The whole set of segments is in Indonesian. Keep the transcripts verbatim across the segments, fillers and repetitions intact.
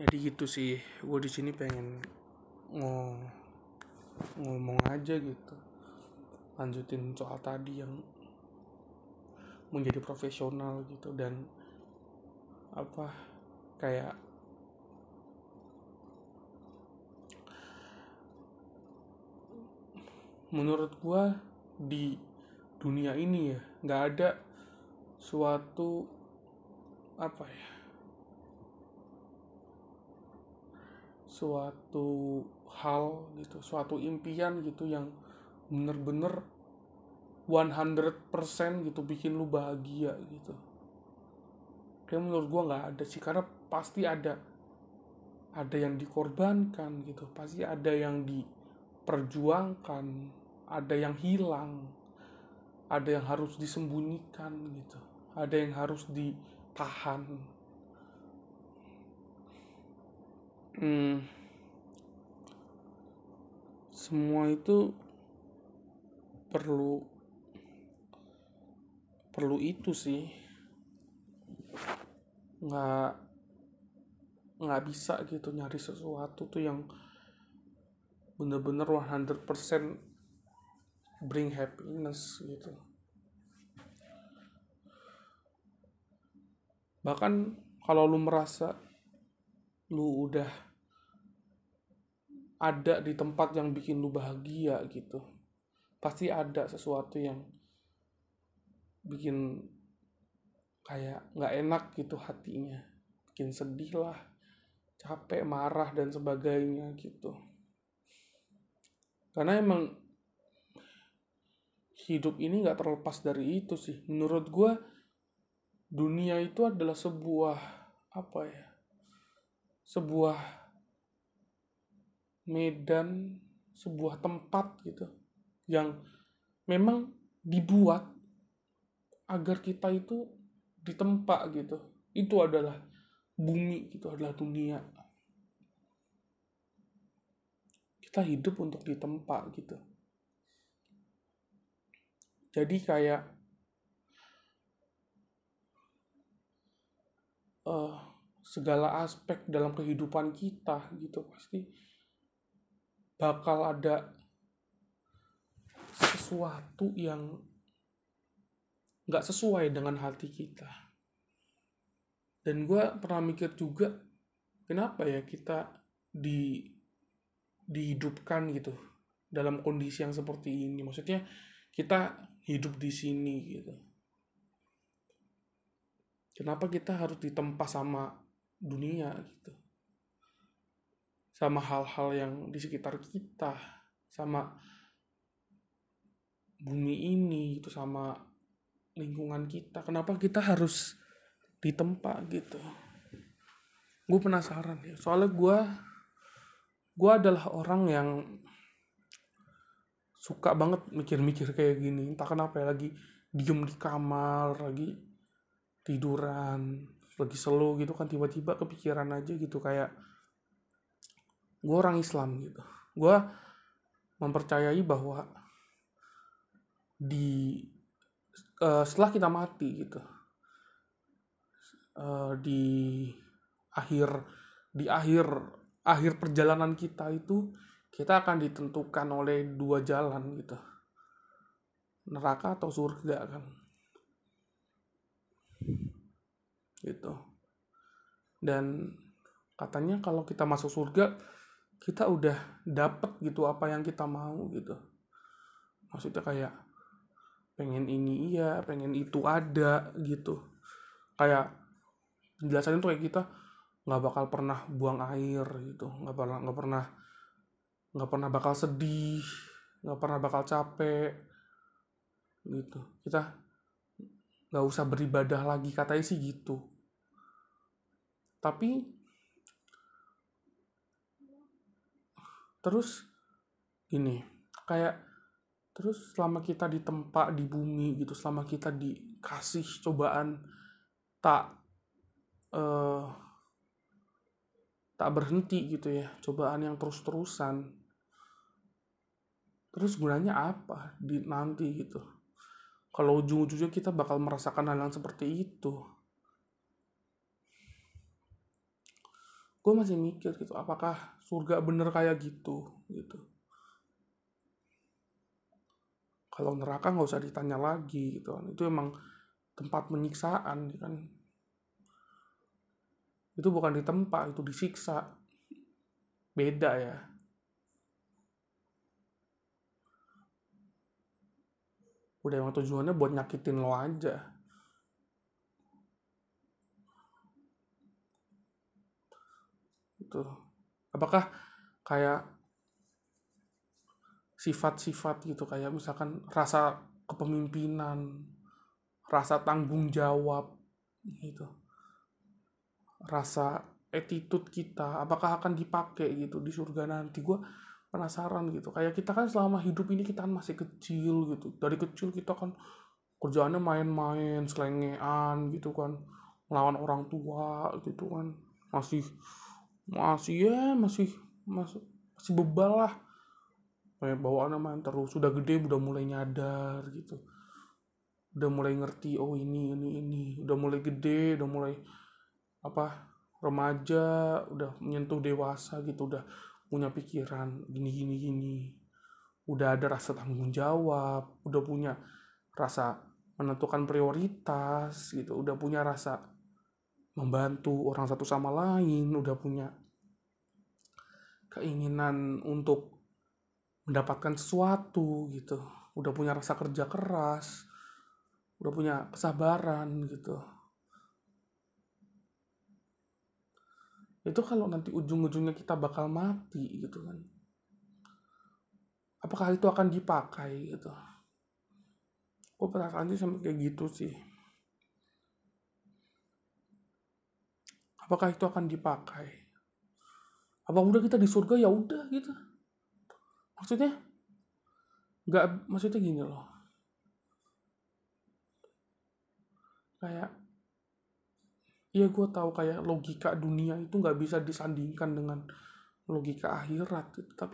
Jadi gitu sih, gue di sini pengen ngo- ngomong aja gitu, lanjutin soal tadi yang menjadi profesional gitu. Dan apa kayak menurut gue di dunia ini ya nggak ada suatu apa ya suatu hal gitu, suatu impian gitu yang bener-bener one hundred percent gitu bikin lu bahagia gitu. Kayak menurut gua nggak ada sih, karena pasti ada ada yang dikorbankan gitu, pasti ada yang diperjuangkan, ada yang hilang, ada yang harus disembunyikan gitu, ada yang harus ditahan. hmm, semua itu perlu perlu itu sih. nggak nggak bisa gitu nyari sesuatu tuh yang bener-bener one hundred percent bring happiness gitu. Bahkan kalau lu merasa lu udah ada di tempat yang bikin lu bahagia gitu, pasti ada sesuatu yang bikin kayak nggak enak gitu hatinya, bikin sedih lah, capek, marah dan sebagainya gitu. Karena emang hidup ini nggak terlepas dari itu sih. Menurut gue dunia itu adalah sebuah apa ya, sebuah medan, sebuah tempat gitu yang memang dibuat agar kita itu ditempa gitu. Itu adalah bumi, itu adalah dunia. Kita hidup untuk ditempa gitu. Jadi kayak uh, segala aspek dalam kehidupan kita gitu pasti bakal ada sesuatu yang nggak sesuai dengan hati kita. Dan gue pernah mikir juga, kenapa ya kita di dihidupkan gitu dalam kondisi yang seperti ini. Maksudnya kita hidup di sini gitu. Kenapa kita harus ditempa sama dunia gitu, sama hal-hal yang di sekitar kita, sama bumi ini gitu, sama lingkungan kita. Kenapa kita harus ditempa gitu? Gue penasaran ya. Soalnya gue gue adalah orang yang suka banget mikir-mikir kayak gini. Entah kenapa ya, lagi diem di kamar, lagi tiduran, lagi slow gitu kan, tiba-tiba kepikiran aja gitu. Kayak gue orang Islam gitu, gue mempercayai bahwa di uh, setelah kita mati gitu, uh, di akhir di akhir akhir perjalanan kita itu kita akan ditentukan oleh dua jalan gitu, neraka atau surga kan gitu. Dan katanya kalau kita masuk surga kita udah dapet gitu apa yang kita mau gitu. Maksudnya kayak pengen ini iya, pengen itu ada gitu. Kayak penjelasannya tuh kayak kita nggak bakal pernah buang air gitu, nggak pernah nggak pernah nggak pernah bakal sedih, nggak pernah bakal capek gitu. Kita nggak usah beribadah lagi, katanya sih gitu. Tapi terus gini, kayak terus selama kita ditempa di bumi gitu, selama kita dikasih cobaan tak eh, tak berhenti gitu ya, cobaan yang terus-terusan, terus gunanya apa di nanti gitu, kalau ujung-ujungnya kita bakal merasakan hal yang seperti itu. gue masih mikir gitu, apakah surga bener kayak gitu gitu. Kalau neraka nggak usah ditanya lagi gitu kan, itu emang tempat penyiksaan kan, itu bukan ditempa, itu disiksa, beda ya. Udah emang tujuannya buat nyakitin lo aja gitu. Apakah kayak sifat-sifat gitu, kayak misalkan rasa kepemimpinan, rasa tanggung jawab gitu, rasa attitude kita, apakah akan dipakai gitu di surga nanti? Gue penasaran gitu. Kayak kita kan selama hidup ini kita kan masih kecil gitu, dari kecil kita kan kerjaannya main-main, selengean gitu kan, melawan orang tua gitu kan, masih masih ya masih masih masih bebal lah, kayak bawaannya main terus. Sudah gede udah mulai nyadar gitu, udah mulai ngerti, oh ini ini ini udah mulai gede, udah mulai apa, remaja, udah menyentuh dewasa gitu, udah punya pikiran gini gini gini, udah ada rasa tanggung jawab, udah punya rasa menentukan prioritas gitu, udah punya rasa membantu orang satu sama lain, udah punya keinginan untuk mendapatkan sesuatu gitu, udah punya rasa kerja keras, udah punya kesabaran gitu. Itu kalau nanti ujung-ujungnya kita bakal mati gitu kan, apakah itu akan dipakai gitu? Gue perasaan sih sampai kayak gitu sih. Apakah itu akan dipakai? Apa udah kita di surga ya udah gitu? Maksudnya nggak, maksudnya gini loh, kayak iya gue tahu kayak logika dunia itu nggak bisa disandingkan dengan logika akhirat gitu. Tapi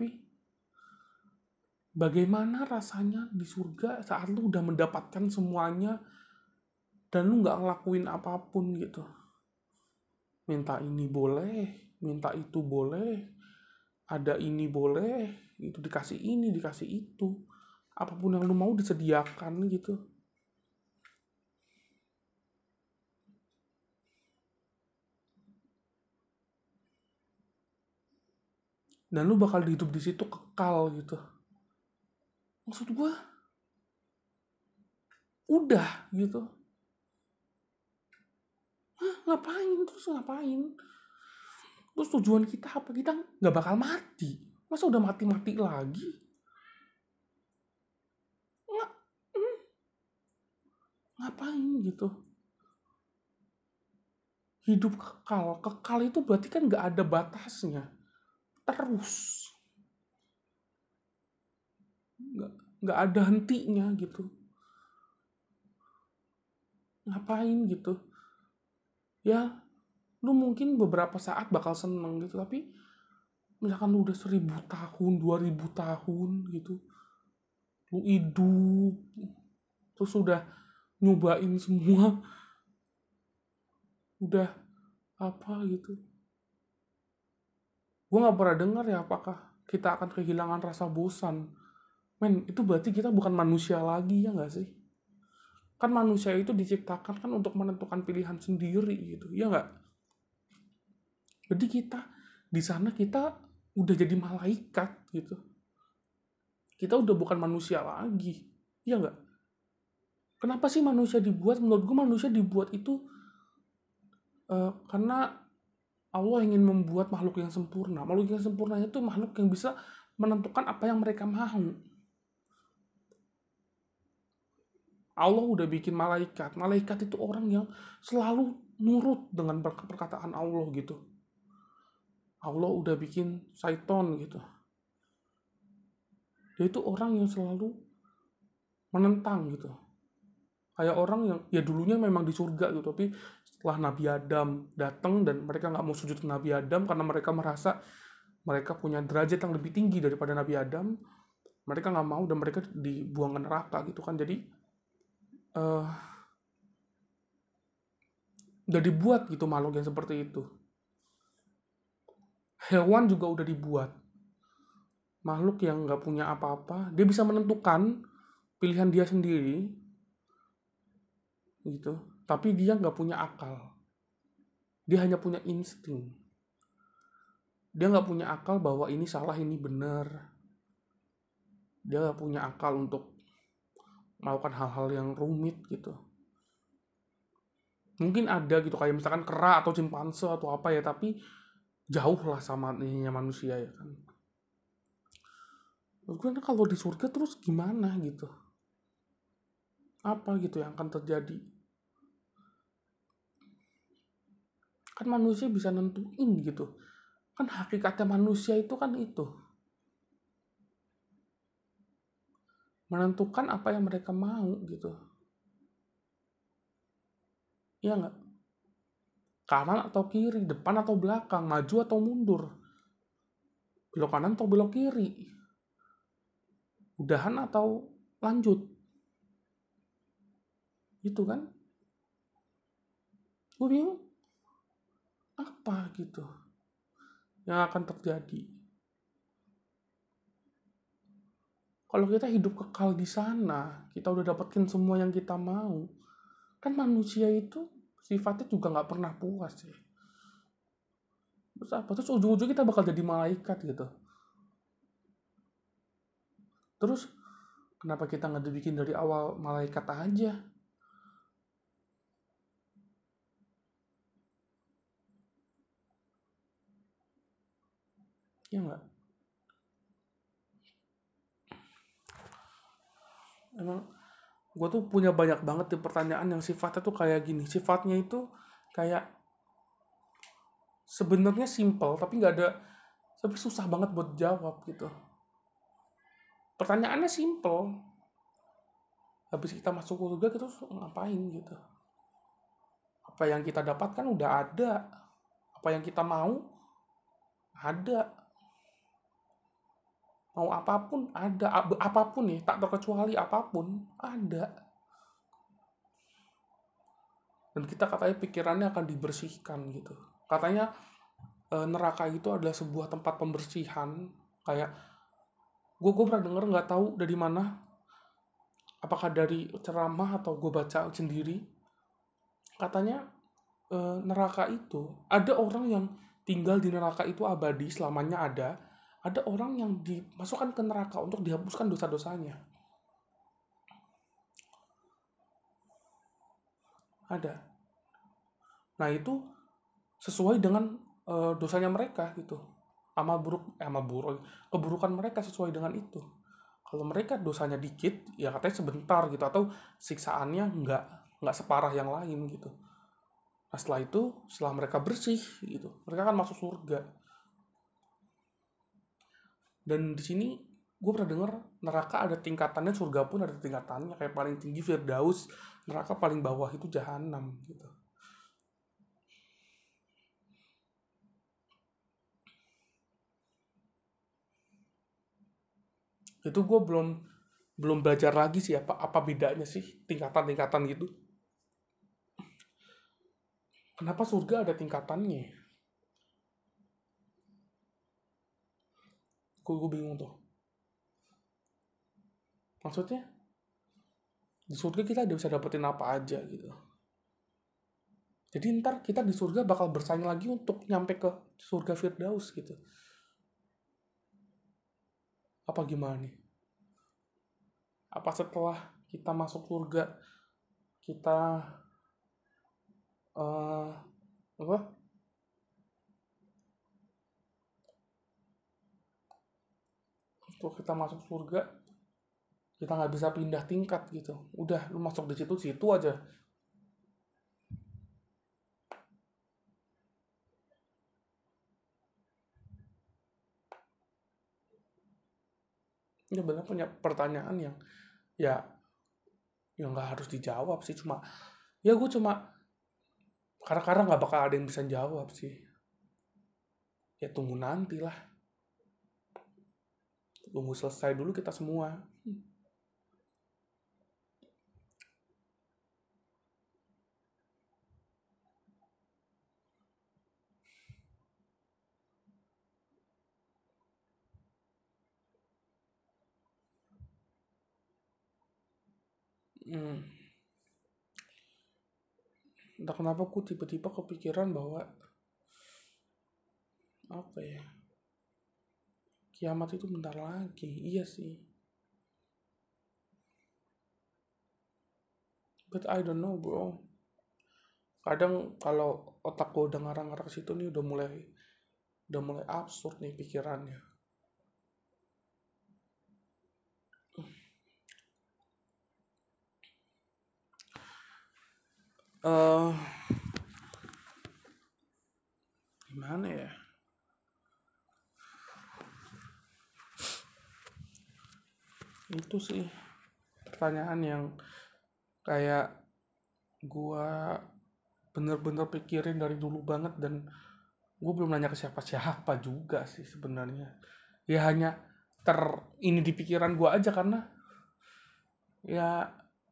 bagaimana rasanya di surga saat lu udah mendapatkan semuanya dan lu nggak ngelakuin apapun gitu? Minta ini boleh, minta itu boleh, ada ini boleh, itu dikasih ini, dikasih itu, apapun yang lu mau disediakan gitu. Dan lu bakal hidup di situ kekal gitu. Maksud gue, udah gitu. Hah, ngapain terus ngapain? Terus tujuan kita apa? Kita nggak bakal mati. Masa udah mati-mati lagi? Nggak, hmm, ngapain gitu? Hidup kekal. Kekal itu berarti kan nggak ada batasnya. Terus. Nggak, nggak ada hentinya gitu. Ngapain gitu? Ya, lu mungkin beberapa saat bakal seneng gitu, tapi misalkan lu udah seribu tahun, dua ribu tahun gitu, lu hidup, terus udah nyobain semua, udah apa gitu. Gue gak pernah dengar ya apakah kita akan kehilangan rasa bosan. Men, itu berarti kita bukan manusia lagi, ya gak sih? Kan manusia itu diciptakan kan untuk menentukan pilihan sendiri gitu, ya gak? Jadi kita di sana kita udah jadi malaikat gitu. Kita udah bukan manusia lagi, ya nggak? Kenapa sih manusia dibuat? Menurut gue manusia dibuat itu uh, karena Allah ingin membuat makhluk yang sempurna. Makhluk yang sempurna itu makhluk yang bisa menentukan apa yang mereka mau. Allah udah bikin malaikat. Malaikat itu orang yang selalu nurut dengan perkataan Allah gitu. Allah udah bikin syaiton gitu. Dia itu orang yang selalu menentang gitu. Kayak orang yang ya dulunya memang di surga gitu, tapi setelah Nabi Adam datang dan mereka nggak mau sujud ke Nabi Adam karena mereka merasa mereka punya derajat yang lebih tinggi daripada Nabi Adam, mereka nggak mau dan mereka dibuang ke neraka gitu kan. Jadi uh, udah dibuat gitu makhluk yang seperti itu. Hewan juga udah dibuat. Makhluk yang nggak punya apa-apa, dia bisa menentukan pilihan dia sendiri, gitu. Tapi dia nggak punya akal. Dia hanya punya insting. Dia nggak punya akal bahwa ini salah, ini benar. Dia nggak punya akal untuk melakukan hal-hal yang rumit gitu. Mungkin ada gitu kayak misalkan kera atau cimpanse atau apa ya, tapi jauh lah sama ininya manusia ya kan. Menurut gue kalau di surga terus gimana gitu? Apa gitu yang akan terjadi? Kan manusia bisa nentuin gitu. Kan hakikatnya manusia itu kan itu. Menentukan apa yang mereka mau gitu. Iya nggak? Kanan atau kiri, depan atau belakang, maju atau mundur, belok kanan atau belok kiri, udahan atau lanjut, gitu kan? Gue bingung apa gitu yang akan terjadi kalau kita hidup kekal di sana. Kita udah dapetin semua yang kita mau. Kan manusia itu sifatnya juga nggak pernah puas ya. Terus apa? Terus ujung-ujung kita bakal jadi malaikat gitu. Terus kenapa kita nggak dibikin dari awal malaikat aja? Ya nggak? Emang gue tuh punya banyak banget di pertanyaan yang sifatnya tuh kayak gini. Sifatnya itu kayak sebenarnya simple tapi nggak ada, tapi susah banget buat jawab gitu. Pertanyaannya simple. Habis kita masuk surga kita terus ngapain gitu? Apa yang kita dapatkan udah ada. Apa yang kita mau ada. Mau apapun ada. Apapun nih, tak terkecuali apapun ada. Dan kita katanya pikirannya akan dibersihkan gitu. Katanya neraka itu adalah sebuah tempat pembersihan. Kayak gue gue pernah denger, nggak tahu dari mana, apakah dari ceramah atau gue baca sendiri. Katanya neraka itu ada orang yang tinggal di neraka itu abadi selamanya ada. Ada orang yang dimasukkan ke neraka untuk dihapuskan dosa-dosanya. Ada. Nah itu sesuai dengan uh, dosanya mereka gitu. Amal buruk, eh, amal buruk, keburukan mereka sesuai dengan itu. Kalau mereka dosanya dikit, ya katanya sebentar gitu, atau siksaannya nggak nggak separah yang lain gitu. Nah setelah itu, setelah mereka bersih gitu, mereka akan masuk surga. Dan di sini gue pernah dengar neraka ada tingkatannya, surga pun ada tingkatannya. Kayak paling tinggi Firdaus, neraka paling bawah itu Jahanam gitu. Itu gue belum belum belajar lagi sih apa apa bedanya sih tingkatan-tingkatan gitu. Kenapa surga ada tingkatannya? Gue gue bingung tuh. Maksudnya di surga kita udah bisa dapetin apa aja gitu. Jadi ntar kita di surga bakal bersaing lagi untuk nyampe ke surga Firdaus gitu. Apa gimana nih? Apa setelah kita masuk surga kita uh, apa? Kalau kita masuk surga kita nggak bisa pindah tingkat gitu. Udah lu masuk di situ situ aja. Ini benar punya pertanyaan yang ya yang nggak harus dijawab sih, cuma ya gue cuma karena-karena nggak bakal ada yang bisa jawab sih. Ya tunggu nanti lah, tunggu selesai dulu kita semua. hmm, entah kenapa aku tiba-tiba kepikiran bahwa apa ya, kiamat itu bentar lagi. Iya sih, but I don't know bro. Kadang kalau otak gue udah ngarang-ngarang ke situ nih, udah mulai udah mulai absurd nih pikirannya. Eh uh, gimana ya? Itu sih pertanyaan yang kayak gua bener-bener pikirin dari dulu banget, dan gue belum nanya ke siapa-siapa juga sih sebenarnya. Ya hanya ter ini di pikiran gue aja, karena ya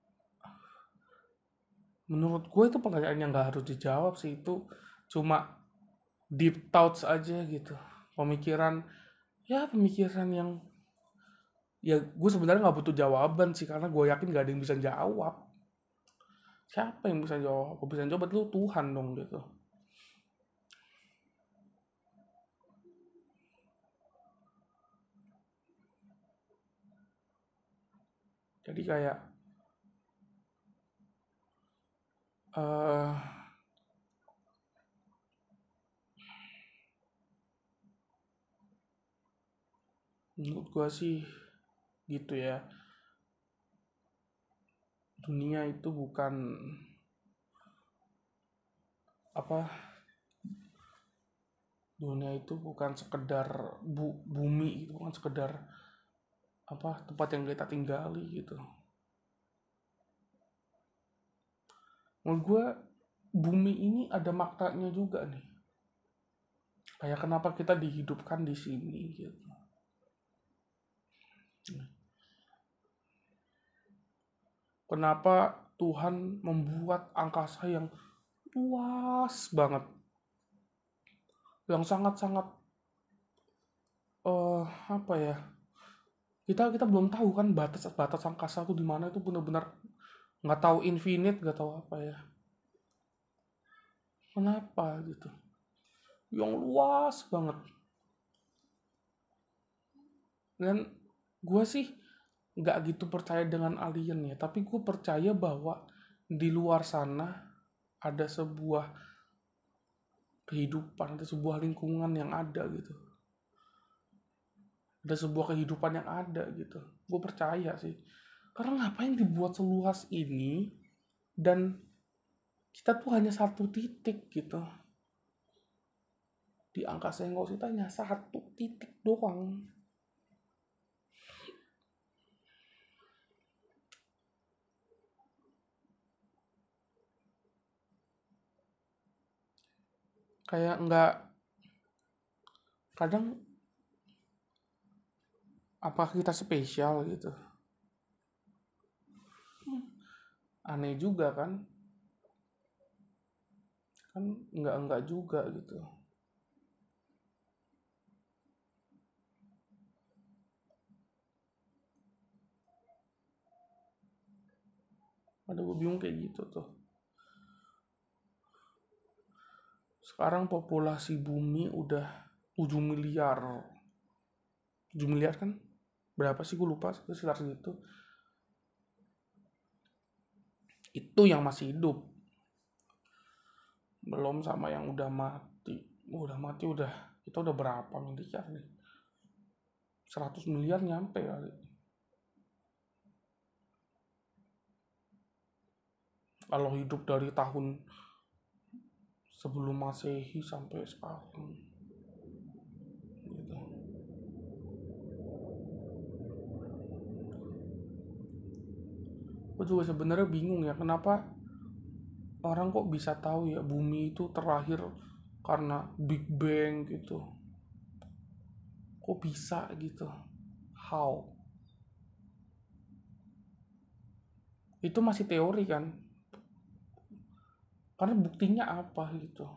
menurut gue itu pertanyaan yang nggak harus dijawab sih. Itu cuma deep thoughts aja gitu, pemikiran, ya pemikiran yang ya gue sebenarnya nggak butuh jawaban sih, karena gue yakin gak ada yang bisa jawab. Siapa yang bisa jawab? Gue bisa jawab lu Tuhan dong gitu. Jadi kayak uh, menurut gue sih gitu ya, dunia itu bukan apa dunia itu bukan sekedar bu, bumi gitu, bukan sekedar apa tempat yang kita tinggali gitu. Menurut gue bumi ini ada maknanya juga nih, kayak kenapa kita dihidupkan di sini gitu. Kenapa Tuhan membuat angkasa yang luas banget, yang sangat-sangat uh, apa ya, kita kita belum tahu kan batas batas angkasa itu di mana, itu benar-benar nggak tahu, infinite, nggak tahu apa ya, kenapa gitu, yang luas banget. Dan gue sih nggak gitu percaya dengan alien ya, tapi gue percaya bahwa di luar sana ada sebuah kehidupan, ada sebuah lingkungan yang ada gitu, ada sebuah kehidupan yang ada gitu. Gue percaya sih, karena ngapain dibuat seluas ini dan kita tuh hanya satu titik gitu di angkasa yang nggak usah tanya, satu titik doang. Kayak nggak, kadang apakah kita spesial gitu, aneh juga kan, kan nggak nggak juga gitu. Ada gue bingung kayak gitu tuh. Sekarang populasi bumi udah tujuh miliar. tujuh miliar kan? Berapa sih gue lupa, sekitar segitu. Itu yang masih hidup. Belum sama yang udah mati. Udah mati udah, kita udah berapa miliar nih? seratus miliar nyampe kali. Kalau hidup dari tahun sebelum Masehi sampai sekarang gitu. Gue juga sebenarnya bingung ya, kenapa orang kok bisa tahu ya bumi itu terlahir karena Big Bang gitu. Kok bisa gitu? How? Itu masih teori kan? Karena buktinya apa gitu?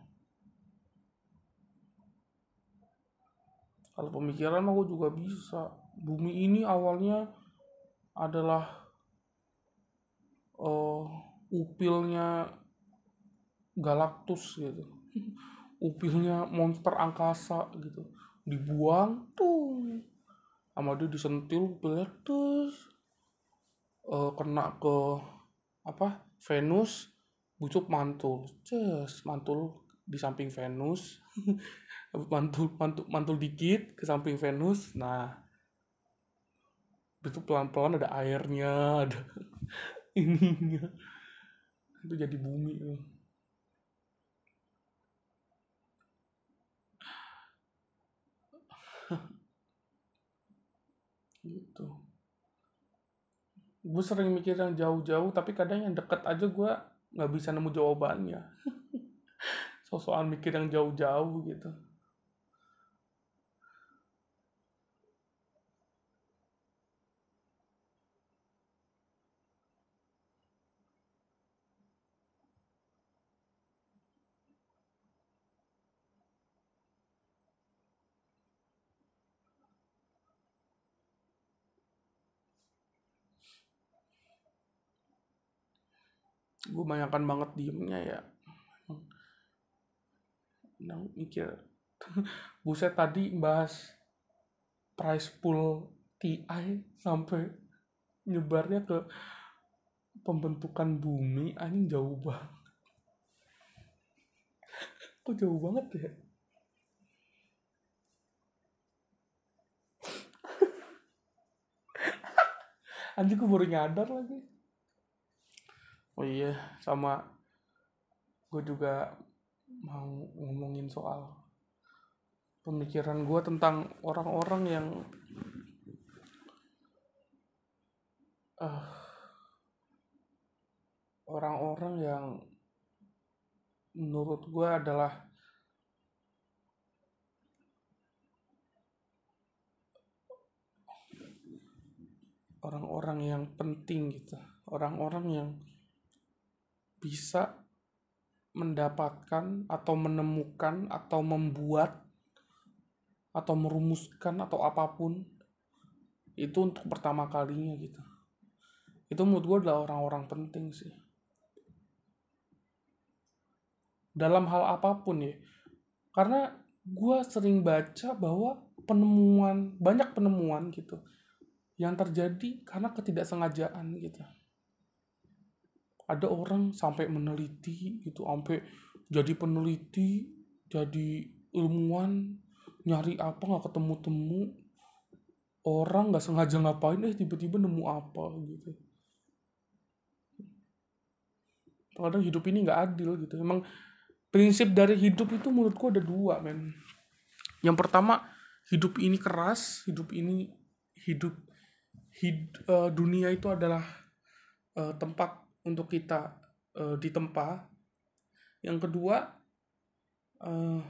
Kalau pemikiran mah gue juga bisa. Bumi ini awalnya adalah uh, upilnya Galactus gitu, upilnya monster angkasa gitu, dibuang tuh sama dia, disentil upilnya terus uh, kena ke apa Venus, bucuk mantul, ces mantul di samping Venus, mantul mantul mantul dikit ke samping Venus. Nah, itu pelan-pelan ada airnya, ada ininya, itu jadi bumi gitu. Gue sering mikir yang jauh-jauh, tapi kadang yang deket aja gue nggak bisa nemu jawabannya. So-soal mikir yang jauh-jauh gitu. Gue banyakan banget diemnya ya. Nah, mikir. Buset, tadi bahas price pool T I sampai nyebarnya ke pembentukan bumi, anjing jauh banget. Kok jauh banget ya? Anjing gue baru nyadar lagi. Oh iya, sama gue juga mau ngomongin soal pemikiran gue tentang orang-orang yang uh, orang-orang yang menurut gue adalah orang-orang yang penting gitu, orang-orang yang bisa mendapatkan atau menemukan atau membuat atau merumuskan atau apapun itu untuk pertama kalinya gitu. Itu menurut gue adalah orang-orang penting sih, dalam hal apapun ya. Karena gue sering baca bahwa penemuan, banyak penemuan gitu yang terjadi karena ketidaksengajaan gitu. Ada orang sampai meneliti gitu, sampai jadi peneliti, jadi ilmuwan, nyari apa nggak ketemu-temu, orang nggak sengaja ngapain, eh tiba-tiba nemu apa gitu. Kadang hidup ini nggak adil gitu. Emang prinsip dari hidup itu menurutku ada dua, men. Yang pertama, hidup ini keras, hidup ini hidup hid, uh, dunia itu adalah uh, tempat untuk kita uh, ditempa. Yang kedua, uh,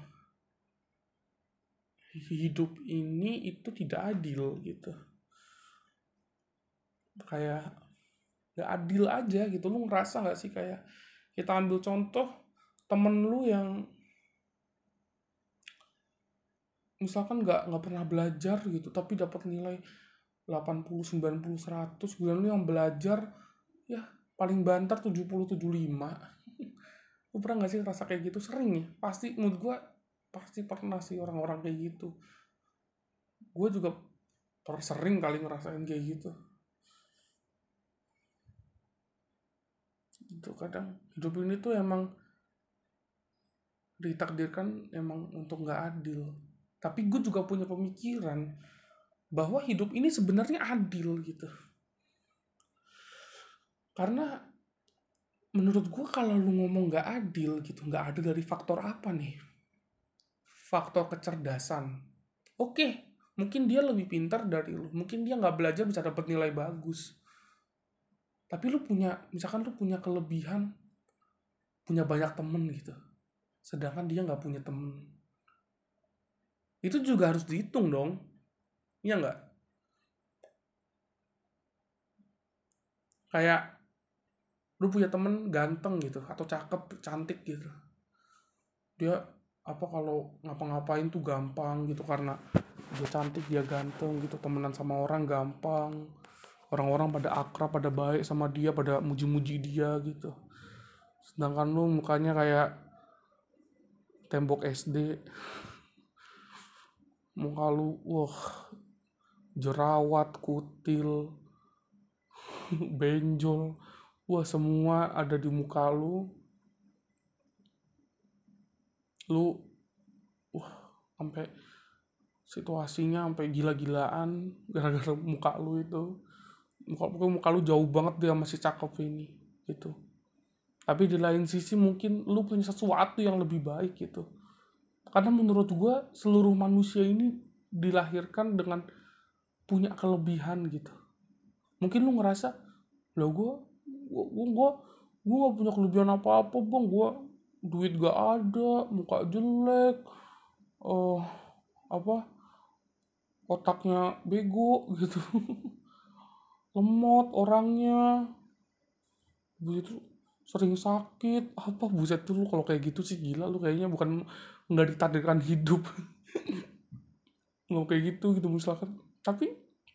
hidup ini itu tidak adil gitu. Kayak gak adil aja gitu. Lu ngerasa gak sih kayak, kita ambil contoh temen lu yang misalkan gak, gak pernah belajar gitu, tapi dapat nilai delapan puluh, sembilan puluh, seratus. Kemudian lu yang belajar ya paling banter tujuh puluh, tujuh puluh lima. Lu pernah gak sih ngerasa kayak gitu? Sering ya? Pasti menurut gue pasti pernah sih orang-orang kayak gitu. Gue juga sering kali ngerasain kayak gitu. Itu kadang hidup ini tuh emang ditakdirkan emang untuk gak adil. Tapi gue juga punya pemikiran bahwa hidup ini sebenarnya adil gitu. Karena menurut gue kalau lu ngomong gak adil gitu, gak adil dari faktor apa nih? Faktor kecerdasan. Oke, mungkin dia lebih pintar dari lu, mungkin dia gak belajar bisa dapat nilai bagus. Tapi lu punya, misalkan lu punya kelebihan, punya banyak temen gitu, sedangkan dia gak punya temen. Itu juga harus dihitung dong, iya gak? Kayak lu punya temen ganteng gitu, atau cakep, cantik gitu, dia apa kalau ngapa-ngapain tuh gampang gitu, karena dia cantik, dia ganteng gitu, temenan sama orang gampang, Orang-orang pada akrab, pada baik sama dia, pada muji-muji dia gitu. Sedangkan lu mukanya kayak tembok S D. Muka lu, wah, jerawat, kutil, benjol. Wah, semua ada di muka lu. Lu, wah, sampai situasinya sampai gila-gilaan gara-gara muka lu itu. Muka, muka lu jauh banget dia masih cakep ini gitu. Tapi di lain sisi mungkin lu punya sesuatu yang lebih baik gitu. Karena menurut gue seluruh manusia ini dilahirkan dengan punya kelebihan gitu. Mungkin lu ngerasa, lah gue, gue, gue, gue gak punya kelebihan apa-apa bang. Gue duit gak ada, muka jelek, uh, apa, otaknya bego gitu, lemot orangnya, begitu sering sakit apa buset tuh. Lu kalau kayak gitu sih gila lu, kayaknya bukan nggak ditakdirkan hidup. Nggak kayak gitu gitu misalkan. Tapi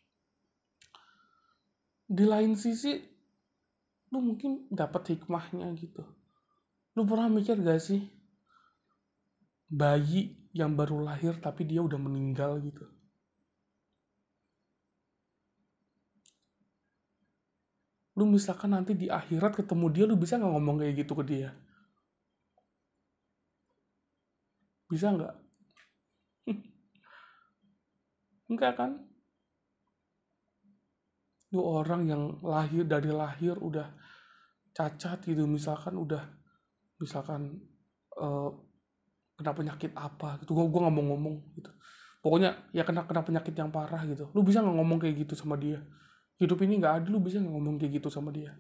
di lain sisi lu mungkin dapat hikmahnya gitu. Lu pernah mikir gak sih bayi yang baru lahir tapi dia udah meninggal gitu? Lu misalkan nanti di akhirat ketemu dia, lu bisa nggak ngomong kayak gitu ke dia? Bisa nggak? Enggak kan? Lu orang yang lahir dari lahir udah cacat gitu, misalkan udah misalkan uh, kena penyakit apa gitu, gue gue nggak mau ngomong gitu, pokoknya ya kena kena penyakit yang parah gitu. Lu bisa nggak ngomong kayak gitu sama dia? Hidup ini nggak adil, lu bisa nggak ngomong kayak gitu sama dia?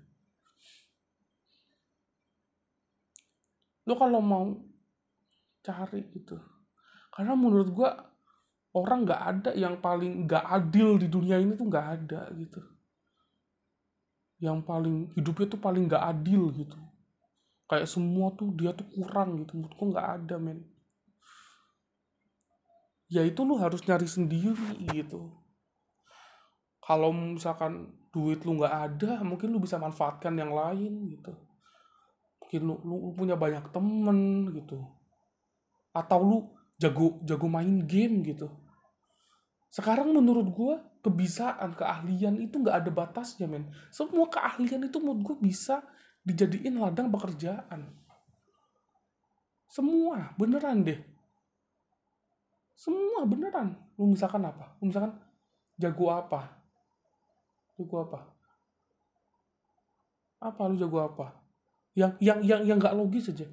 Lu kalau mau cari gitu, karena menurut gue orang nggak ada yang paling nggak adil di dunia ini tuh, nggak ada gitu. Yang paling hidupnya tuh paling nggak adil gitu, kayak semua tuh dia tuh kurang gitu. Menurut gue nggak ada men. Ya itu lu harus nyari sendiri gitu. Kalau misalkan duit lu nggak ada, mungkin lu bisa manfaatkan yang lain gitu. Mungkin lu, lu, lu punya banyak temen gitu, atau lu jago jago main game gitu. Sekarang menurut gue kebiasaan, keahlian itu nggak ada batasnya men. Semua keahlian itu menurut gue bisa dijadiin ladang pekerjaan. Semua beneran deh. Semua beneran. Lu misalkan apa? Lu misalkan jago apa? Jago apa? Apa lu jago apa? Yang yang yang yang nggak logis aja.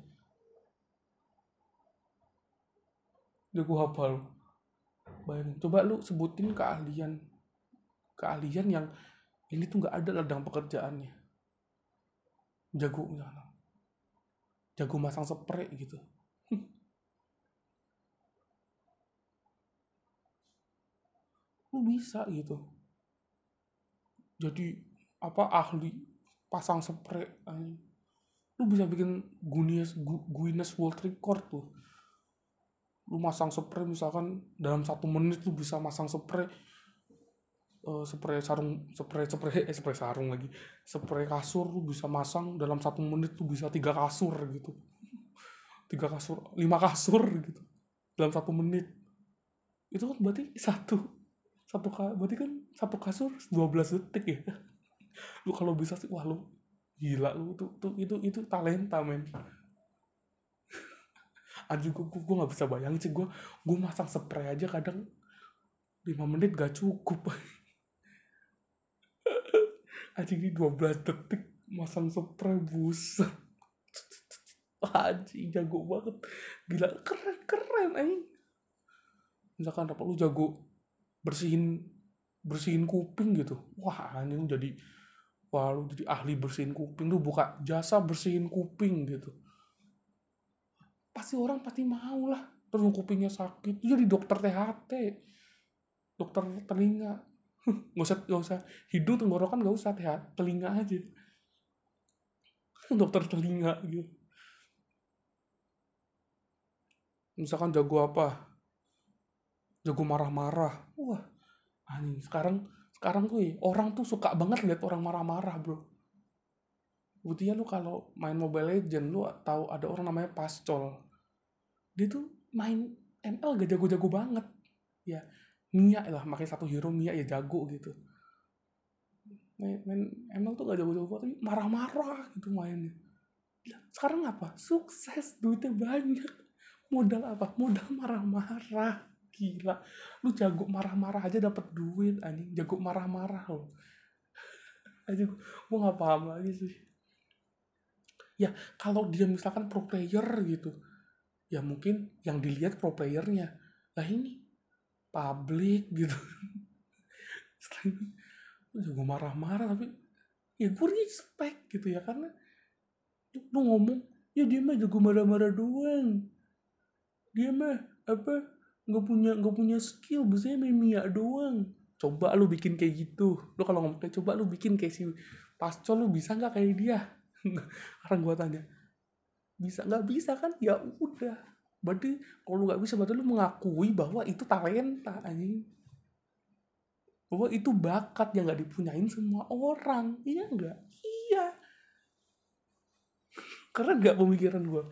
Jago apa lu? Bayangin. Coba lu sebutin keahlian keahlian yang ini tuh nggak ada ladang pekerjaannya. Jago misalnya. Jago masang spray gitu. Lu bisa gitu. Jadi apa ahli pasang spray. Lu bisa bikin Guinness Guinness World Record tuh. Lu masang spray misalkan dalam satu menit lu bisa masang spray, uh, spray sarung, spray spray eh spray sarung lagi, spray kasur lu bisa masang dalam satu menit tuh bisa tiga kasur gitu, tiga kasur, lima kasur gitu dalam satu menit. Itu kan berarti satu satu berarti kan satu kasur dua belas detik ya. Lu kalau bisa sih wah lu gila lu tuh, tuh itu itu talenta men. Anjing gue gue nggak bisa bayangin sih, gue gue masang spray aja kadang lima menit gak cukup. Anjing ini dua belas detik masang spray, buset. Anjing jago banget, gila, keren keren anjing. Misalkan apa lu jago bersihin bersihin kuping gitu, wah anjing jadi wah lu jadi ahli bersihin kuping, lu buka jasa bersihin kuping gitu, pasti orang pasti mau lah. Terus kupingnya sakit jadi dokter T H T, dokter telinga. Nggak usah nggak usah hidung tenggorokan, nggak usah, T H telinga aja. Dokter telinga gitu. Misalkan jago apa, jago marah-marah, wah anjing sekarang Sekarang tuh ya, orang tuh suka banget lihat orang marah-marah, bro. Buktinya lu kalau main Mobile Legend, lu tahu ada orang namanya Pascol. Dia tuh main M L gak jago-jago banget. Ya, Mia lah, makanya satu hero Mia ya jago gitu. Main, main M L tuh gak jago-jago banget, tapi marah-marah gitu mainnya. Sekarang apa? Sukses, duitnya banyak. Modal apa? Modal marah-marah. Gila. Lu jago marah-marah aja dapat duit anjing. Jago marah-marah loh. Aja gue gak paham lagi sih. Ya, kalau dia misalkan pro player gitu, ya mungkin yang dilihat pro playernya. Lah ini publik gitu. Lu jago marah-marah tapi ya gue respect gitu ya, karena lu ngomong ya dia mah jago marah-marah doang, dia mah apa nggak punya nggak punya skill, biasanya main Mia doang. Coba lu bikin kayak gitu, lu kalau ngomong kayak coba lu bikin kayak si Pascol, lu bisa nggak kayak dia? Sekarang gua tanya, bisa nggak? Bisa kan? Ya udah, berarti kalau lu nggak bisa berarti lu mengakui bahwa itu talenta anjing, bahwa itu bakat yang nggak dipunyain semua orang. Iya nggak? Iya, karena nggak pemikiran gua.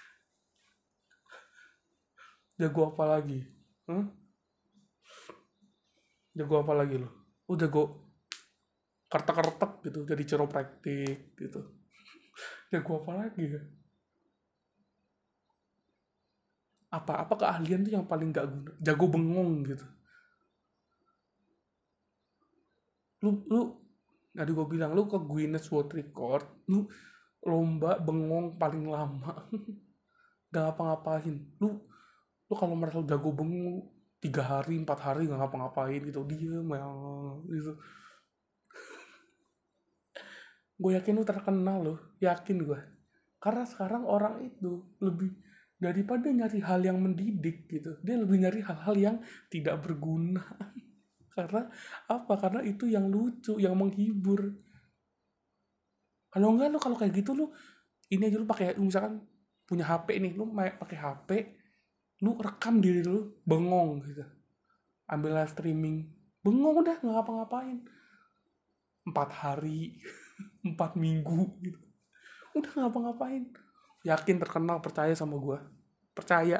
Jago apa lagi? Hmm? Jago apa lagi lo? Oh jago kertek-kertek gitu, jadi chiropraktik gitu. Jago apa lagi ya? Apa apa keahlian tuh yang paling gak guna? Jago bengong gitu. Lu lu tadi gue bilang lu ke Guinness World Record, lu lomba bengong paling lama. Gak ngapa-ngapain. Lu lu kalau merasa jago bengong tiga hari empat hari gak ngapa-ngapain gitu, diem ya gitu. Gue yakin lu terkenal loh, yakin gue. Karena sekarang orang itu lebih daripada nyari hal yang mendidik gitu, dia lebih nyari hal-hal yang tidak berguna. Karena apa? Karena itu yang lucu, yang menghibur. Kalau enggak lu kalau kayak gitu lu ini aja, lu pakai misalkan punya H P nih, lu pakai H P, lu rekam diri lu bengong gitu. Ambil live streaming, bengong udah nggak ngapa-ngapain. Empat hari, empat minggu gitu. Udah nggak ngapa-ngapain. Yakin terkenal, percaya sama gue. Percaya.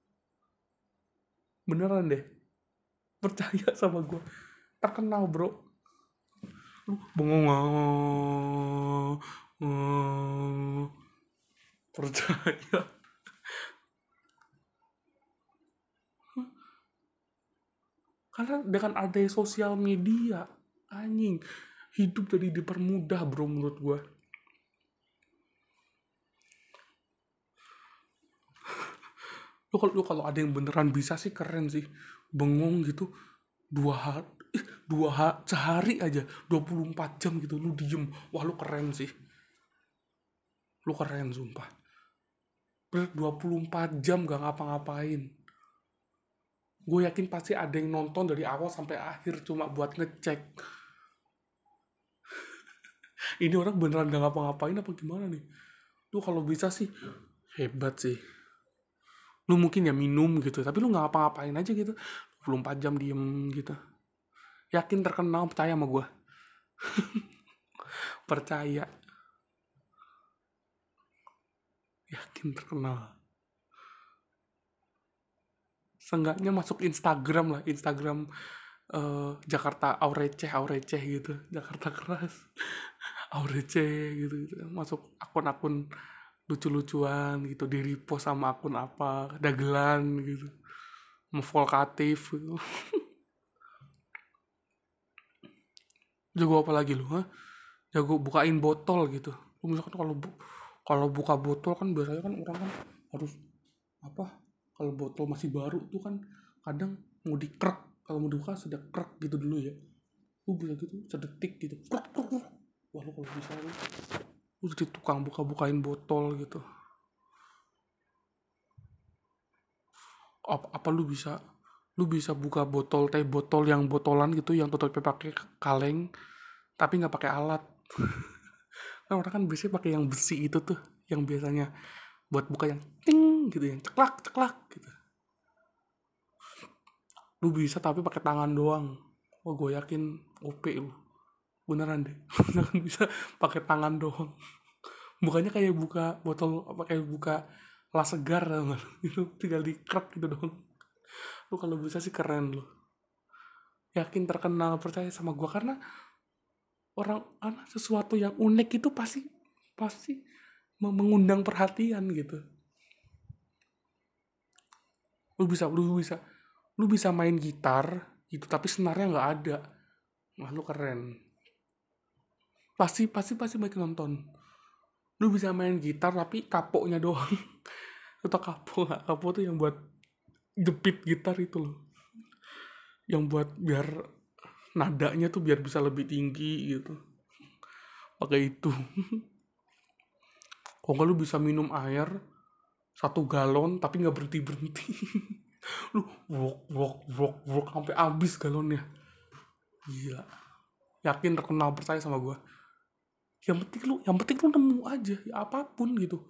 Beneran deh. Percaya sama gue. Terkenal bro. Lu bengong. ah, ah, Percaya. Karena dengan adanya sosial media, anjing, hidup jadi dipermudah bro menurut gue. Lu kalau lu kalau ada yang beneran bisa sih keren sih. Bengong gitu dua hari, eh, dua hari, sehari aja dua puluh empat jam gitu lu diem. Wah lu keren sih. Lu keren sumpah. dua puluh empat jam gak ngapa-ngapain. Gue yakin pasti ada yang nonton dari awal sampai akhir cuma buat ngecek. Ini orang beneran gak ngapa-ngapain apa gimana nih? Lu kalau bisa sih hebat sih. Lu mungkin ya minum gitu, tapi lu gak ngapa-ngapain aja gitu. dua puluh empat jam diem gitu. Yakin terkenal, percaya sama gue. Percaya. Yakin terkenal. Seenggaknya masuk Instagram lah, Instagram uh, Jakarta Aureceh Aureceh gitu, Jakarta Keras Aureceh gitu, gitu masuk akun-akun lucu-lucuan gitu, di repost sama akun apa dagelan gitu, memvolkatif gitu. Jago apa lagi lu, ha? Jago bukain botol gitu. Lu misalkan kalau bu kalau buka botol kan biasanya kan orang kan harus apa, kalau botol masih baru tuh kan kadang mau dikrek, kalau mau dibuka sudah krek gitu dulu ya. Lu bisa gitu sedetik gitu, krek, krek, krek. Wah lu kalau bisa lu, lu jadi tukang buka-bukain botol gitu. Apa, apa lu bisa lu bisa buka botol teh, botol yang botolan gitu yang tutupnya pakai kaleng tapi nggak pakai alat. Kan orang kan biasanya pakai yang besi itu tuh, yang biasanya buat buka yang ting gitu, yang ceklak ceklak gitu. Lu bisa tapi pakai tangan doang. Wah gue yakin O P lu, beneran deh. Jangan bisa pakai tangan doang. Bukannya kayak buka botol apa, kayak buka las segar tau gak? Itu tinggal dikrep gitu doang. Lu kalau bisa sih keren lu. Yakin terkenal, percaya sama gua, karena orang anak sesuatu yang unik itu pasti pasti mengundang perhatian gitu. Lu bisa lu bisa lu bisa main gitar gitu tapi senarnya nggak ada. Wah lu keren. Pasti pasti pasti banyak nonton. Lu bisa main gitar tapi kapoknya doang. Atau kapo nggak? Kapo tuh yang buat jepit gitar itu loh. Yang buat biar nadanya tuh biar bisa lebih tinggi gitu. Pakai itu. Kok nggak lu bisa minum air satu galon tapi nggak berhenti berhenti. Lu wok wok wok wok sampai habis galonnya. Gila. Yakin terkenal, percaya sama gue. Yang penting lu, yang penting lu nemu aja ya apapun gitu.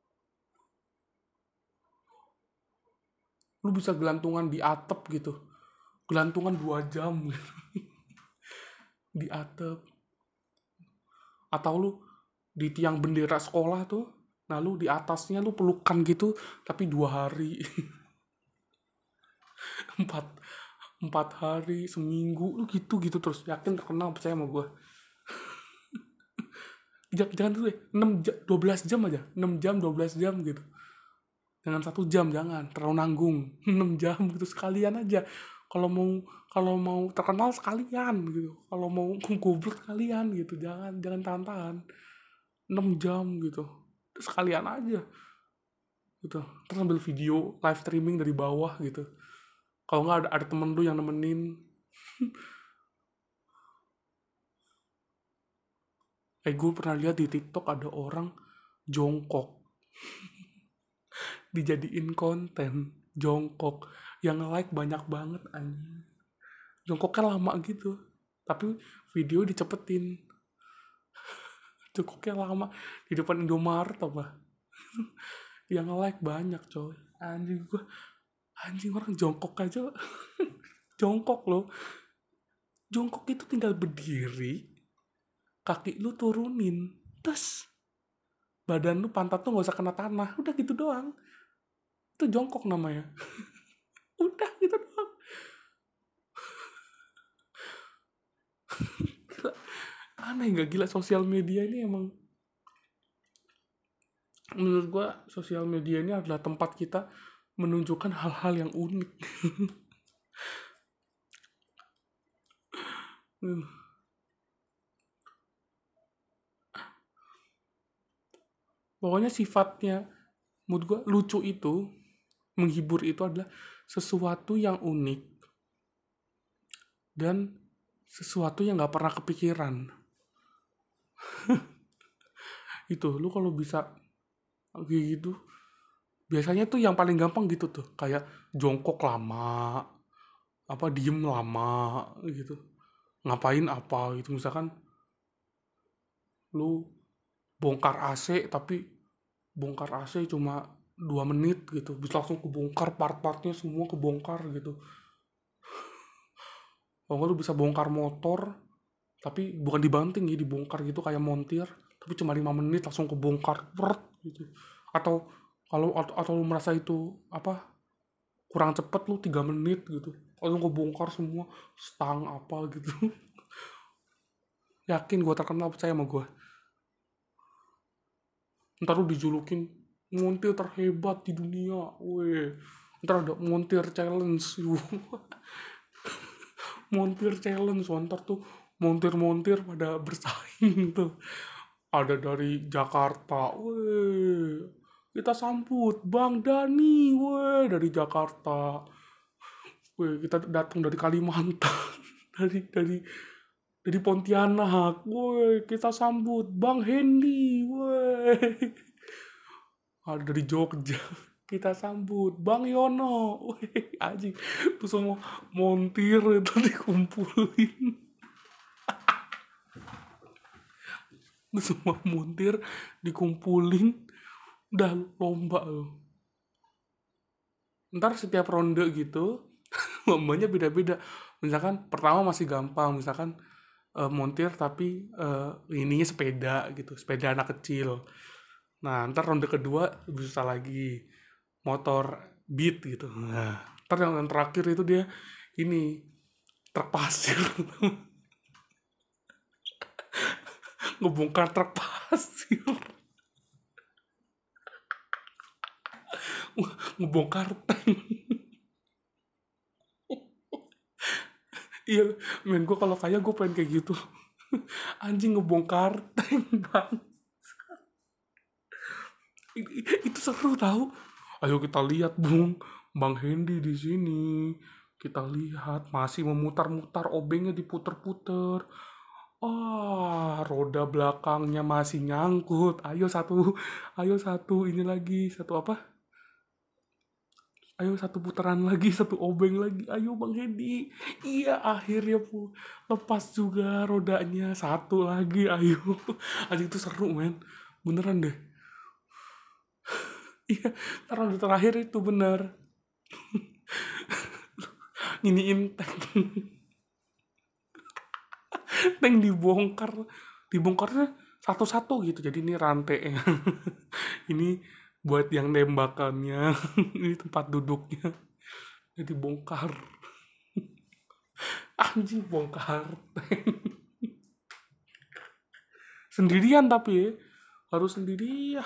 Lu bisa gelantungan di atap gitu. Gelantungan dua jam gitu. Di atap. Atau lu di tiang bendera sekolah tuh, nah lu di atasnya lu pelukan gitu tapi dua hari. empat empat hari, seminggu, lu gitu gitu terus. Yakin terkenal, percaya sama gue. Jangan, jangan tuh deh, enam jam, dua belas jam aja, enam jam, dua belas jam gitu. Jangan satu jam, jangan terlalu nanggung. enam jam gitu sekalian aja. Kalau mau kalau mau terkenal sekalian gitu. Kalau mau goblok sekalian gitu. Jangan jangan tahan-tahan. enam jam gitu. Terus sekalian aja. Gitu. Terus ambil video live streaming dari bawah gitu. Kalau nggak ada, ada temen lu yang nemenin. Eh gue pernah lihat di TikTok ada orang jongkok dijadiin konten jongkok yang like banyak banget anjing. Jongkoknya lama gitu tapi video dicepetin. Jongkoknya lama di depan Indomaret apa. Yang like banyak coy. Anjing gue, anjing orang jongkok aja. Jongkok loh. Jongkok itu tinggal berdiri, kaki lu turunin, terus badan lu, pantat tuh gak usah kena tanah, udah gitu doang. Itu jongkok namanya. Udah gitu doang. Gila. Aneh gak? Gila, sosial media ini emang, menurut gua sosial media ini adalah tempat kita menunjukkan hal-hal yang unik. Pokoknya sifatnya, menurut gua lucu itu, menghibur itu adalah sesuatu yang unik dan sesuatu yang gak pernah kepikiran. Itu lu kalau bisa kayak gitu, biasanya tuh yang paling gampang gitu tuh, kayak jongkok lama, apa diem lama gitu, ngapain apa gitu. Misalkan lu bongkar A C tapi bongkar A C cuma dua menit gitu, bisa langsung kebongkar, part-partnya semua kebongkar gitu. Kalau lu bisa bongkar motor tapi bukan dibanting ya, dibongkar gitu kayak montir, tapi cuma lima menit langsung kebongkar pert gitu. Atau kalau atau, atau lu merasa itu apa kurang cepet, lu tiga menit gitu langsung kebongkar semua, stang apa gitu. Yakin gue terkenal, percaya sama gue. Ntar lu dijulukin montir terhebat di dunia, weh. Ntar ada montir challenge. Montir challenge, ntar tuh montir-montir pada bersaing tuh. Ada dari Jakarta, weh, kita sambut Bang Dani, weh, dari Jakarta. Weh, kita datang dari Kalimantan, dari dari dari Pontianak, weh, kita sambut Bang Hendy, weh. Ada dari Jogja, kita sambut Bang Yono, weh, anjing. Tuh semua montir itu dikumpulin. Tuh semua montir dikumpulin, udah lomba loh. Ntar setiap ronde gitu lombanya beda-beda. Misalkan pertama masih gampang, misalkan eh, montir tapi eh, ininya sepeda gitu, sepeda anak kecil. Nah, ntar ronde kedua lebih susah lagi, motor beat gitu. Nah, ntar yang, yang terakhir itu dia ini truk pasir, ngebongkar truk pasir, ngebongkar tank. Iya, men gue kalau kaya gue pengen kayak gitu. Anjing ngebongkar tank bang. Itu seru tahu. Ayo kita lihat bung, Bang Hendy di sini. Kita lihat masih memutar-mutar, obengnya diputer-puter. Ah, roda belakangnya masih nyangkut. Ayo satu, ayo satu ini lagi, satu apa? Ayo satu putaran lagi, satu obeng lagi. Ayo Bang Hendy. Iya, akhirnya pu lepas juga rodanya. Satu lagi, ayo. Aja itu seru, men. Beneran deh. Iya, ronde terakhir itu bener. Iniin tank, tank dibongkar. Dibongkarnya satu-satu gitu. Jadi ini rantainya. Ini buat yang nembakannya. Ini tempat duduknya. Jadi bongkar. Anjing bongkar. Sendirian tapi ya. Harus sendirian.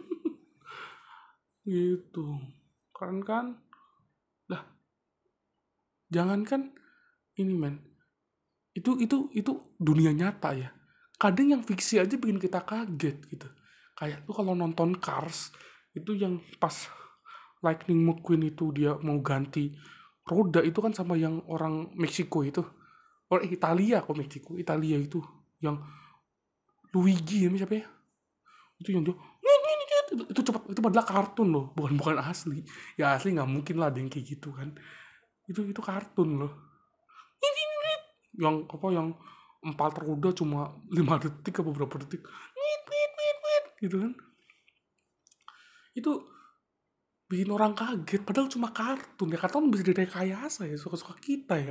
Gitu. Keren kan? Lah, jangankan ini men. Itu itu itu dunia nyata ya. Kadang yang fiksi aja bikin kita kaget gitu. Kayak tuh kalau nonton Cars itu yang pas Lightning McQueen itu dia mau ganti roda itu kan sama yang orang Meksiko itu. Orang Italia kok Meksiko, Italia itu yang Luigi ya siapa ya? Itu yang dia itu, itu cepat itu padahal kartun loh, bukan bukan asli. Ya asli nggak mungkin lah ada yang kayak gitu kan. Itu itu kartun loh. Yang apa yang empat roda cuma lima detik apa berapa detik. Gitu kan. Itu bikin orang kaget padahal cuma kartun ya, kartun bisa direkayasa ya, suka-suka kita ya.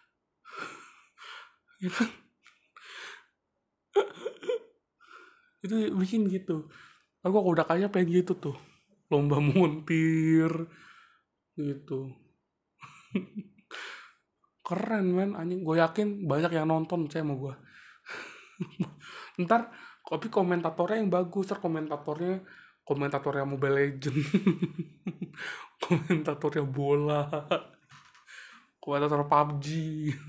Ya kan? Itu bikin gitu. Aku kalau udah kaya pengen gitu tuh. Lomba montir gitu. Keren men anjing. Gue yakin banyak yang nonton saya mau gue. Ntar tapi komentatornya yang bagus, ntar komentatornya komentatornya Mobile Legend, komentatornya bola, komentator P U B G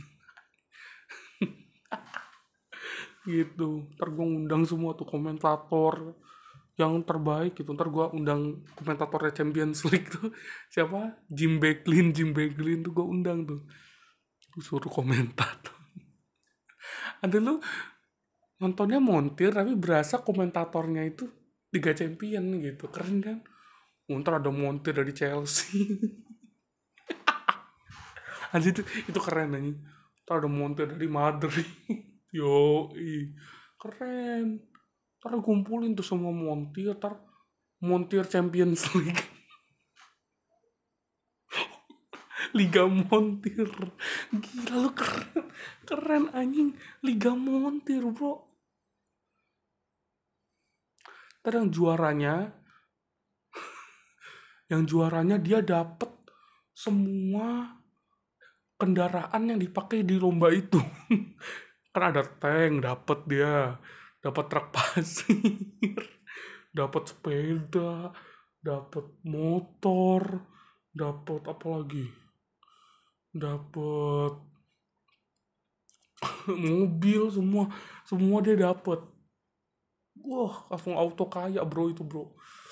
gitu. Ntar gue undang semua tuh komentator yang terbaik gitu. Ntar gue undang komentatornya Champions League tuh siapa? Jim Beglin, Jim Beglin tuh gue undang tuh. Gue suruh komentator. Ada lu nontonnya montir tapi berasa komentatornya itu Liga Champion gitu. Keren kan? Ntar ada montir dari Chelsea. Anjir itu, itu keren anjing. Ntar ada montir dari Madrid. Yo, keren. Ntar kumpulin tuh semua montir, ntar montir Champions League. Liga montir. Gila lu keren. Keren anjing. Liga montir bro. Ntar yang juaranya, yang juaranya dia dapet semua kendaraan yang dipakai di lomba itu. Kan ada tank, dapet dia, dapat truk pasir, dapat sepeda, dapat motor, dapat apa lagi? Dapat mobil semua, semua dia dapat. Wah, langsung auto kaya bro itu bro.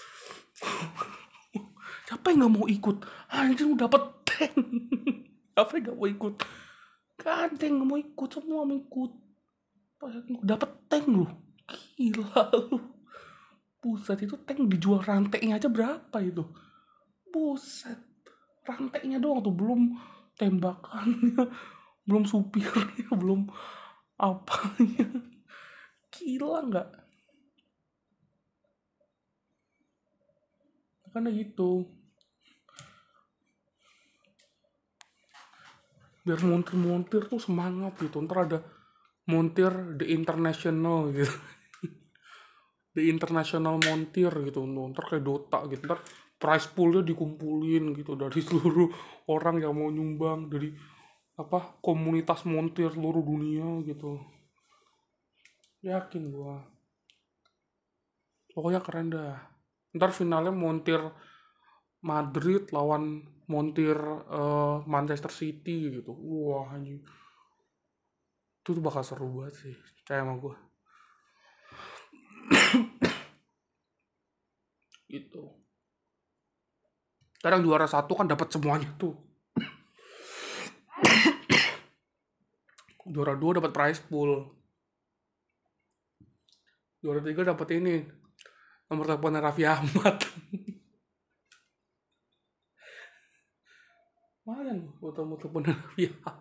Siapa yang nggak mau ikut? Anjir dapat tank. Siapa yang nggak mau ikut? Gak ada yang nggak mau ikut, semua mau ikut. Dapat tank loh. Gila lu. Buset itu tank dijual rantainya aja berapa itu? Buset. Rantainya doang tuh belum tembakannya, belum supirnya, belum apanya. Gila nggak? Karena gitu. biar montir-montir tuh semangat gitu. Ntar ada montir the international gitu. The international montir gitu. Ntar kayak Dota gitu. Ntar prize poolnya dikumpulin gitu dari seluruh orang yang mau nyumbang dari apa komunitas montir seluruh dunia gitu. Yakin gua. Pokoknya keren dah. Ntar finalnya montir Madrid lawan montir eh, Manchester City gitu. Wah anjing. Itu tuh bakal seru banget sih. Percaya sama gua. Gitu. Kadang juara satu kan dapat semuanya tuh. Juara dua dapat prize pool. Juara tiga dapat ini. Nomor teleponnya Raffi Ahmad. Lumayan buat nomor teleponnya Raffi Ahmad.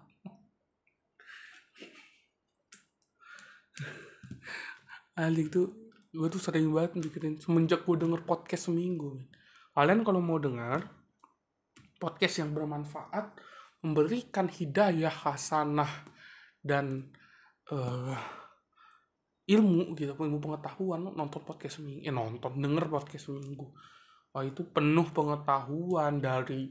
Anjing tuh gue tuh sering banget mikirin semenjak gue denger podcast seminggu. Kalian kalau mau denger podcast yang bermanfaat, memberikan hidayah, hasanah, dan uh, ilmu gitu, ilmu pengetahuan, nonton podcast seminggu, eh nonton, denger podcast seminggu. Wah itu penuh pengetahuan dari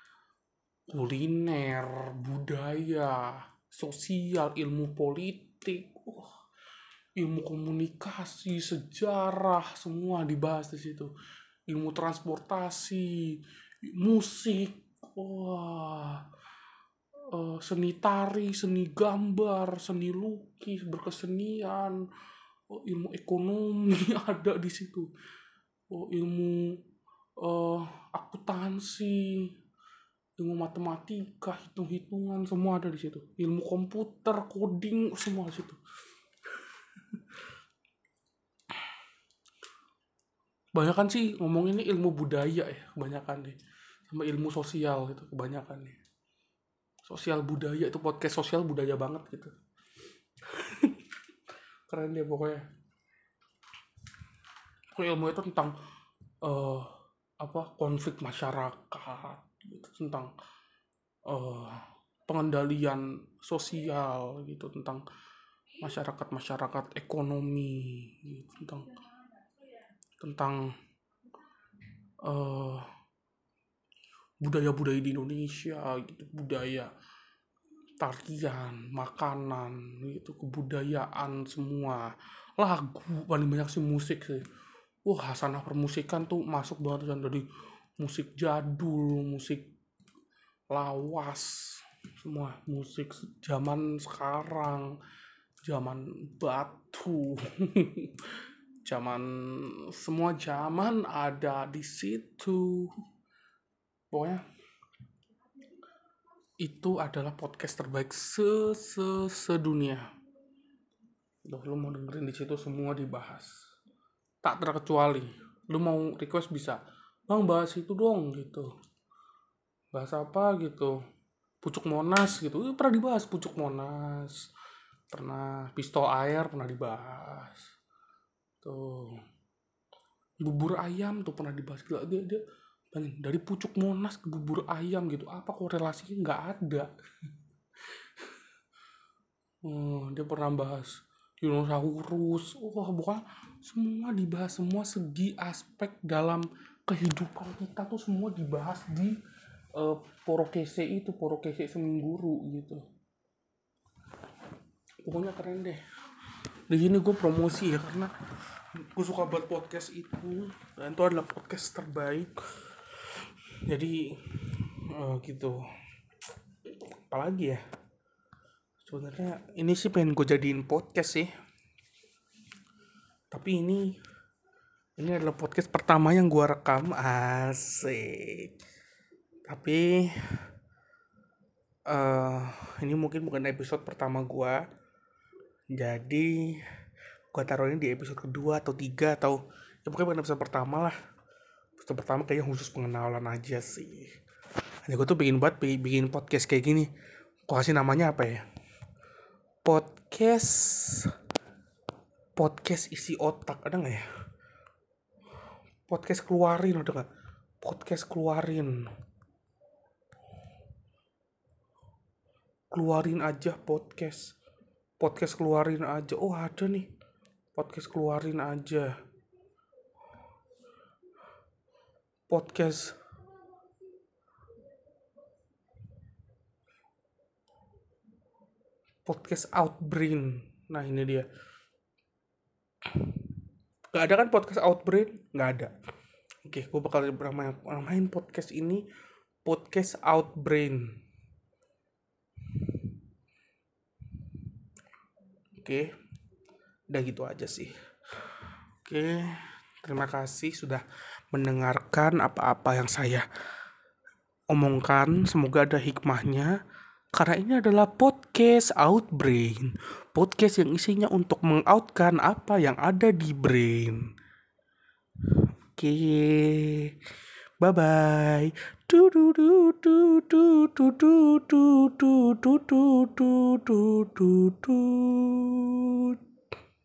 kuliner, budaya, sosial, ilmu politik, wah, ilmu komunikasi, sejarah, semua dibahas di situ. Ilmu transportasi, musik, wah, uh, seni tari, seni gambar, seni lukis, berkesenian, oh, ilmu ekonomi ada di situ. Oh, ilmu uh, akuntansi, ilmu matematika, hitung-hitungan, semua ada di situ. Ilmu komputer, coding, semua di situ. Kebanyakan sih ngomongin ini ilmu budaya ya, kebanyakan nih. Sama ilmu sosial gitu, kebanyakan nih. Sosial budaya itu podcast sosial budaya banget gitu. Keren dia pokoknya. Pokoknya ilmu itu tentang uh, apa konflik masyarakat, gitu, tentang uh, pengendalian sosial gitu, tentang masyarakat-masyarakat ekonomi gitu, tentang tentang uh, budaya-budaya di Indonesia gitu, budaya tarian, makanan gitu, kebudayaan semua, lagu paling banyak sih musik sih. Wah, hasanah permusikan tuh masuk banget kan, dari musik jadul, musik lawas, semua musik zaman sekarang, zaman batu, zaman semua zaman ada di situ. Pokoknya itu adalah podcast terbaik se se sedunia. Loh, lu mau dengerin di situ semua dibahas, tak terkecuali. Lu mau request bisa, bang bahas itu dong gitu. Bahas apa gitu? Pucuk Monas gitu. Itu pernah dibahas Pucuk Monas. Pernah pistol air pernah dibahas. Tuh. Bubur ayam tuh pernah dibahas. Gila, dia dia dari Pucuk Monas ke bubur ayam gitu. Apa korelasinya? Nggak ada. Hmm, dia pernah bahas dinosaurus. Wah, bukan semua dibahas, semua segi aspek dalam kehidupan kita tuh semua dibahas di uh, Porokese itu, Porokese Semingguru gitu. Pokoknya keren deh. Di sini gue promosi ya, karena gue suka buat podcast itu, dan itu adalah podcast terbaik. Jadi uh, gitu. Apalagi ya? Sebenarnya ini sih pengen gue jadiin podcast sih. Tapi ini ini adalah podcast pertama yang gue rekam, asik. Tapi uh, ini mungkin bukan episode pertama gue. Jadi gue taruh ini di episode kedua atau tiga, atau ya pokoknya bukan episode pertama lah. Episode pertama kayaknya khusus pengenalan aja sih. Hanya gue tuh bikin buat bikin podcast kayak gini. Gue kasih namanya apa ya? Podcast Podcast isi otak, ada nggak ya? Podcast keluarin, ada nggak? Podcast keluarin. keluarin aja podcast. Podcast keluarin aja. Oh, ada nih. Podcast keluarin aja. Podcast podcast Outbrain. Nah, ini dia. Gak ada kan podcast Outbrain? Gak ada. Oke, gue bakal main podcast ini podcast Outbrain. Oke, udah gitu aja sih. Oke, terima kasih sudah mendengarkan apa-apa yang saya omongkan. Semoga ada hikmahnya. Karena ini adalah podcast Outbrain. Podcast yang isinya untuk mengoutkan apa yang ada di brain. Oke, bye-bye. Du du du du du du du du du du du du du du.